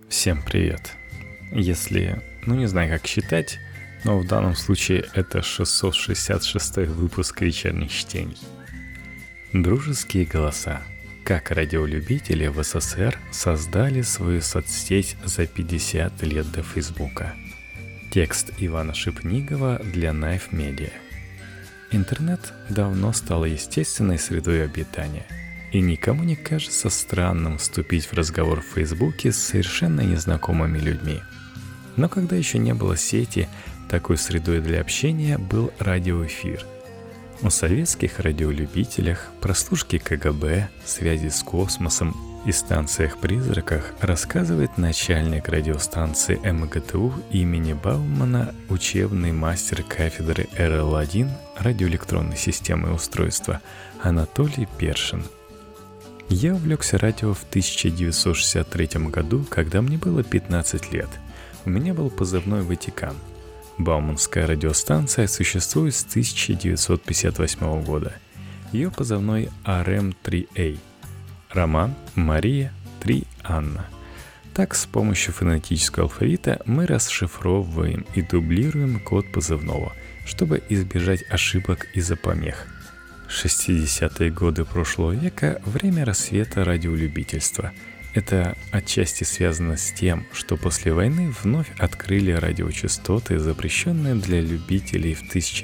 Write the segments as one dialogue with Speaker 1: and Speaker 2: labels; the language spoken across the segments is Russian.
Speaker 1: Всем привет. Если, не знаю, как считать, но в данном случае это 666-й выпуск вечерних чтений. Дружеские голоса. Как радиолюбители в СССР создали свою соцсеть за 50 лет до Фейсбука. Текст Ивана Шипнигова для Knife Media. Интернет давно стал естественной средой обитания. И никому не кажется странным вступить в разговор в Фейсбуке с совершенно незнакомыми людьми. Но когда еще не было сети, такой средой для общения был радиоэфир. О советских радиолюбителях, прослушке КГБ, связи с космосом и станциях-призраках рассказывает начальник радиостанции МГТУ имени Баумана, учебный мастер кафедры РЛ-1 радиоэлектронной системы и устройства Анатолий Першин. Я увлекся радио в 1963 году, когда мне было 15 лет. У меня был позывной «Ватикан». Бауманская радиостанция существует с 1958 года. Ее позывной RM3A. Роман, Мария, 3 Анна. Так, с помощью фонетического алфавита мы расшифровываем и дублируем код позывного, чтобы избежать ошибок из-за помех. 60-е годы прошлого века – время рассвета радиолюбительства. Это отчасти связано с тем, что после войны вновь открыли радиочастоты, запрещенные для любителей в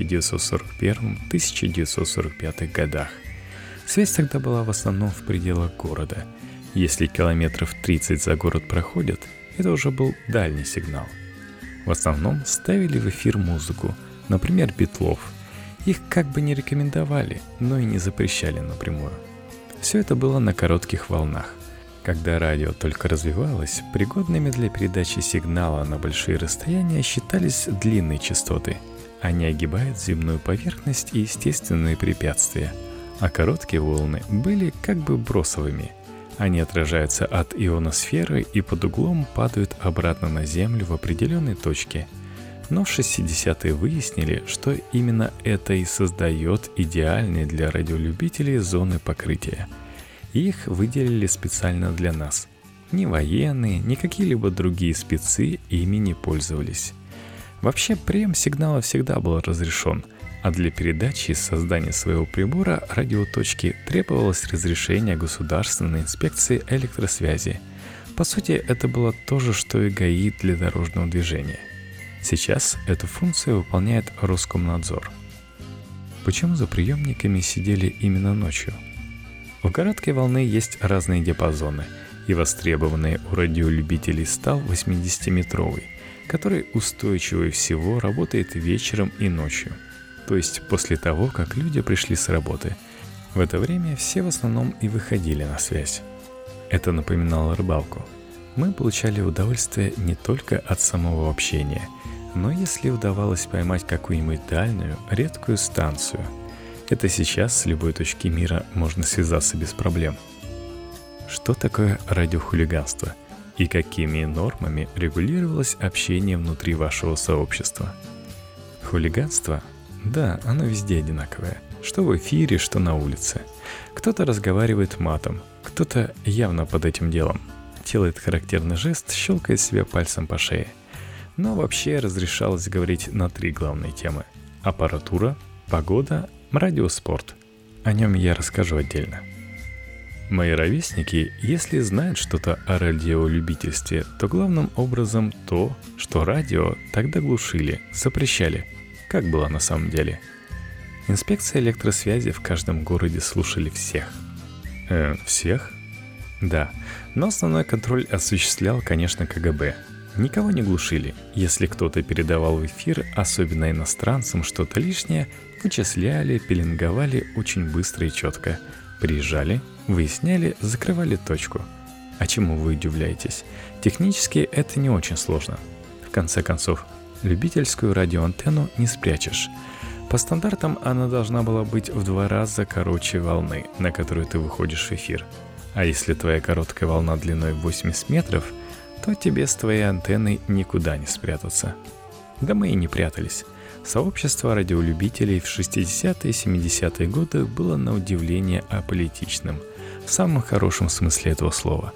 Speaker 1: 1941-1945 годах. Связь тогда была в основном в пределах города. Если километров 30 за город проходят, это уже был дальний сигнал. В основном ставили в эфир музыку, например, Битлов. Их как бы не рекомендовали, но и не запрещали напрямую. Все это было на коротких волнах. Когда радио только развивалось, пригодными для передачи сигнала на большие расстояния считались длинные частоты. Они огибают земную поверхность и естественные препятствия. А короткие волны были как бы бросовыми. Они отражаются от ионосферы и под углом падают обратно на Землю в определенной точке. Но в 60-е выяснили, что именно это и создает идеальные для радиолюбителей зоны покрытия. Их выделили специально для нас. Ни военные, ни какие-либо другие спецы ими не пользовались. Вообще, прием сигнала всегда был разрешен, а для передачи и создания своего прибора радиоточки требовалось разрешение Государственной инспекции электросвязи. По сути, это было то же, что и ГАИ для дорожного движения. Сейчас эту функцию выполняет Роскомнадзор. Почему за приемниками сидели именно ночью? У короткой волны есть разные диапазоны, и востребованный у радиолюбителей стал 80-метровый, который устойчивее всего работает вечером и ночью, то есть после того, как люди пришли с работы. В это время все в основном и выходили на связь. Это напоминало рыбалку. Мы получали удовольствие не только от самого общения, но если удавалось поймать какую-нибудь дальнюю, редкую станцию. Это сейчас с любой точки мира можно связаться без проблем. Что такое радиохулиганство? И какими нормами регулировалось общение внутри вашего сообщества? Хулиганство? Да, оно везде одинаковое. Что в эфире, что на улице. Кто-то разговаривает матом, кто-то явно под этим делом. Делает характерный жест, щелкает себя пальцем по шее. Но вообще разрешалось говорить на 3 главные темы: аппаратура, погода, радиоспорт. О нем я расскажу отдельно. Мои ровесники, если знают что-то о радиолюбительстве, то главным образом то, что радио тогда глушили, запрещали. Как было на самом деле? Инспекция электросвязи в каждом городе слушали всех. Всех? Да, но основной контроль осуществлял, конечно, КГБ. Никого не глушили. Если кто-то передавал в эфир, особенно иностранцам, что-то лишнее, вычисляли, пеленговали очень быстро и четко. Приезжали, выясняли, закрывали точку. А чему вы удивляетесь? Технически это не очень сложно. В конце концов, любительскую радиоантенну не спрячешь. По стандартам она должна была быть в 2 раза короче волны, на которую ты выходишь в эфир. А если твоя короткая волна длиной 80 метров, то тебе с твоей антенной никуда не спрятаться. Да мы и не прятались. Сообщество радиолюбителей в 60-е и 70-е годы было на удивление аполитичным, в самом хорошем смысле этого слова.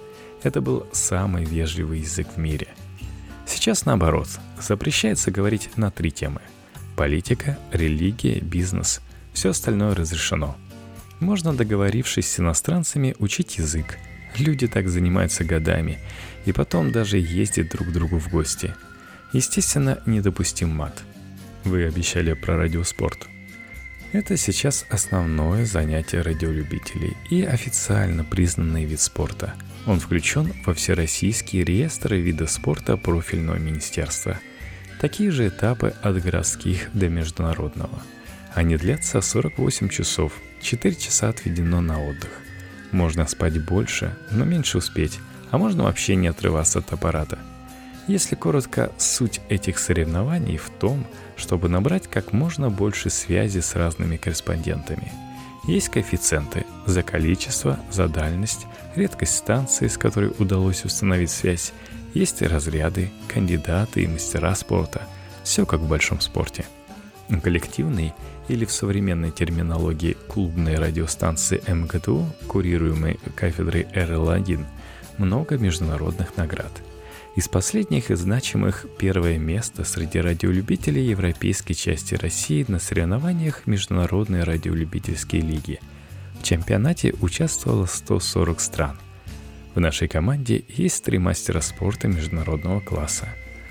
Speaker 1: Это был самый вежливый язык в мире. Сейчас наоборот, запрещается говорить на 3 темы: политика, религия, бизнес. Все остальное разрешено. Можно, договорившись с иностранцами, учить язык. Люди так занимаются годами, и потом даже ездят друг к другу в гости. Естественно, недопустим мат. Вы обещали про радиоспорт. Это сейчас основное занятие радиолюбителей и официально признанный вид спорта. Он включен во всероссийские реестры вида спорта профильного министерства. Такие же этапы от городских до международного. Они длятся 48 часов, 4 часа отведено на отдых. Можно спать больше, но меньше успеть, а можно вообще не отрываться от аппарата. Если коротко, суть этих соревнований в том, чтобы набрать как можно больше связи с разными корреспондентами. Есть коэффициенты за количество, за дальность, редкость станции, с которой удалось установить связь. Есть и разряды, кандидаты и мастера спорта. Все как в большом спорте. Коллективный или в современной терминологии клубной радиостанции МГТУ, курируемой кафедрой РЛ-1, много международных наград. Из последних и значимых первое место среди радиолюбителей европейской части России на соревнованиях Международной радиолюбительской лиги. В чемпионате участвовало 140 стран. В нашей команде есть 3 мастера спорта международного класса.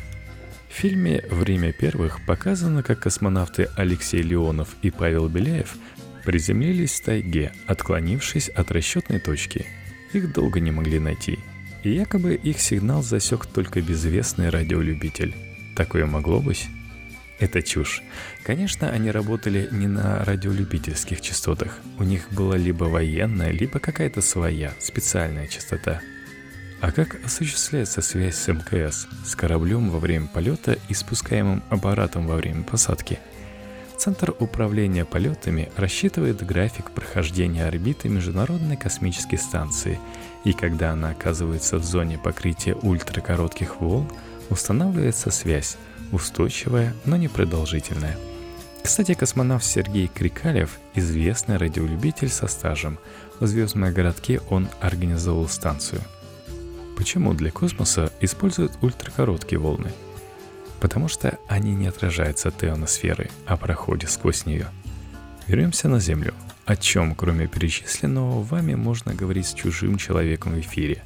Speaker 1: В фильме «Время первых» показано, как космонавты Алексей Леонов и Павел Беляев приземлились в тайге, отклонившись от расчетной точки. Их долго не могли найти. И якобы их сигнал засек только безвестный радиолюбитель. Такое могло быть? Это чушь. Конечно, они работали не на радиолюбительских частотах. У них была либо военная, либо какая-то своя, специальная частота. А как осуществляется связь с МКС, с кораблем во время полета и спускаемым аппаратом во время посадки? Центр управления полетами рассчитывает график прохождения орбиты Международной космической станции, и когда она оказывается в зоне покрытия ультракоротких волн, устанавливается связь, устойчивая, но непродолжительная. Кстати, космонавт Сергей Крикалев – известный радиолюбитель со стажем. В звездном городке он организовал станцию. Почему для космоса используют ультракороткие волны? Потому что они не отражаются от ионосферы, а проходят сквозь нее. Вернемся на Землю. О чем, кроме перечисленного, вами можно говорить с чужим человеком в эфире?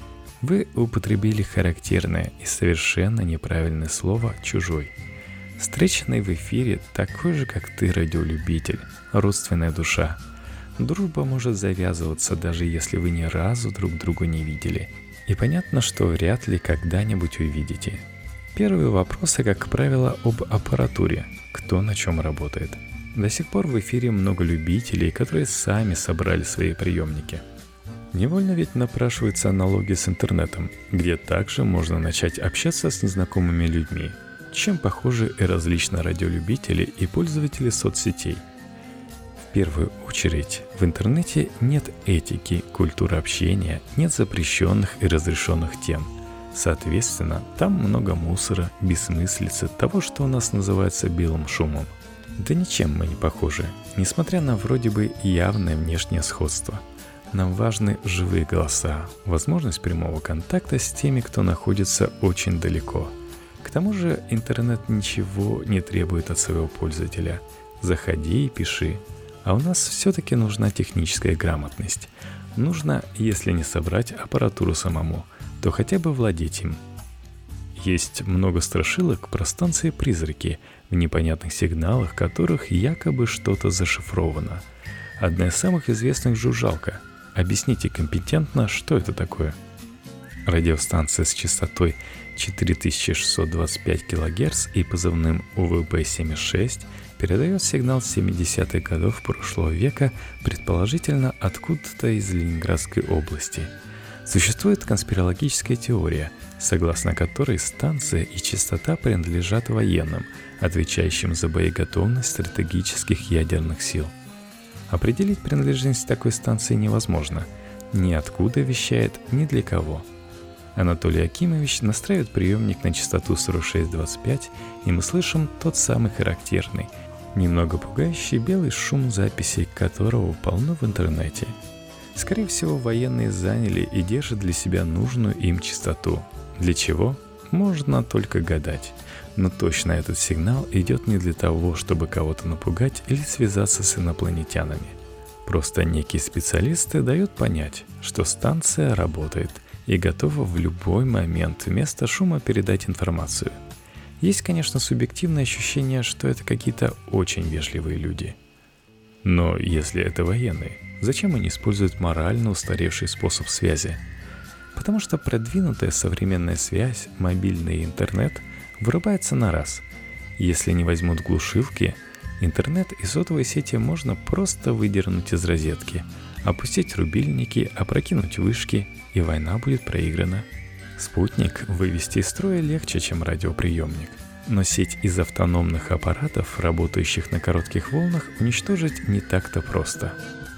Speaker 1: Вы употребили характерное и совершенно неправильное слово «чужой». Встреченный в эфире такой же, как ты, радиолюбитель, родственная душа. Дружба может завязываться, даже если вы ни разу друг друга не видели. И понятно, что вряд ли когда-нибудь увидите. Первые вопросы, как правило, об аппаратуре, кто на чем работает. До сих пор в эфире много любителей, которые сами собрали свои приемники. Невольно ведь напрашивается аналогия с интернетом, где также можно начать общаться с незнакомыми людьми. Чем похожи и различны радиолюбители и пользователи соцсетей? В первую очередь, в интернете нет этики, культуры общения, нет запрещенных и разрешенных тем. Соответственно, там много мусора, бессмыслицы, того, что у нас называется белым шумом. Да ничем мы не похожи, несмотря на вроде бы явное внешнее сходство. Нам важны живые голоса, возможность прямого контакта с теми, кто находится очень далеко. К тому же интернет ничего не требует от своего пользователя. Заходи и пиши. А у нас все-таки нужна техническая грамотность. Нужно, если не собрать аппаратуру самому, то хотя бы владеть им. Есть много страшилок про станции-призраки, в непонятных сигналах которых якобы что-то зашифровано. Одна из самых известных — жужжалка. Объясните компетентно, что это такое. Радиостанция с частотой 4625 кГц и позывным УВБ-76 передает сигнал 70-х годов прошлого века, предположительно откуда-то из Ленинградской области. Существует конспирологическая теория, согласно которой станция и частота принадлежат военным, отвечающим за боеготовность стратегических ядерных сил. Определить принадлежность такой станции невозможно. Ниоткуда вещает ни для кого. Анатолий Акимович настраивает приемник на частоту 4625, и мы слышим тот самый характерный, немного пугающий белый шум записей, которого полно в интернете. Скорее всего, военные заняли и держат для себя нужную им частоту. Для чего? Можно только гадать. Но точно этот сигнал идет не для того, чтобы кого-то напугать или связаться с инопланетянами. Просто некие специалисты дают понять, что станция работает и готова в любой момент вместо шума передать информацию. Есть, конечно, субъективное ощущение, что это какие-то очень вежливые люди. Но если это военные, зачем они используют морально устаревший способ связи? Потому что продвинутая современная связь, мобильный интернет вырубается на раз. Если не возьмут глушилки, интернет и сотовые сети можно просто выдернуть из розетки, опустить рубильники, опрокинуть вышки, и война будет проиграна. Спутник вывести из строя легче, чем радиоприемник. Но сеть из автономных аппаратов, работающих на коротких волнах, уничтожить не так-то просто.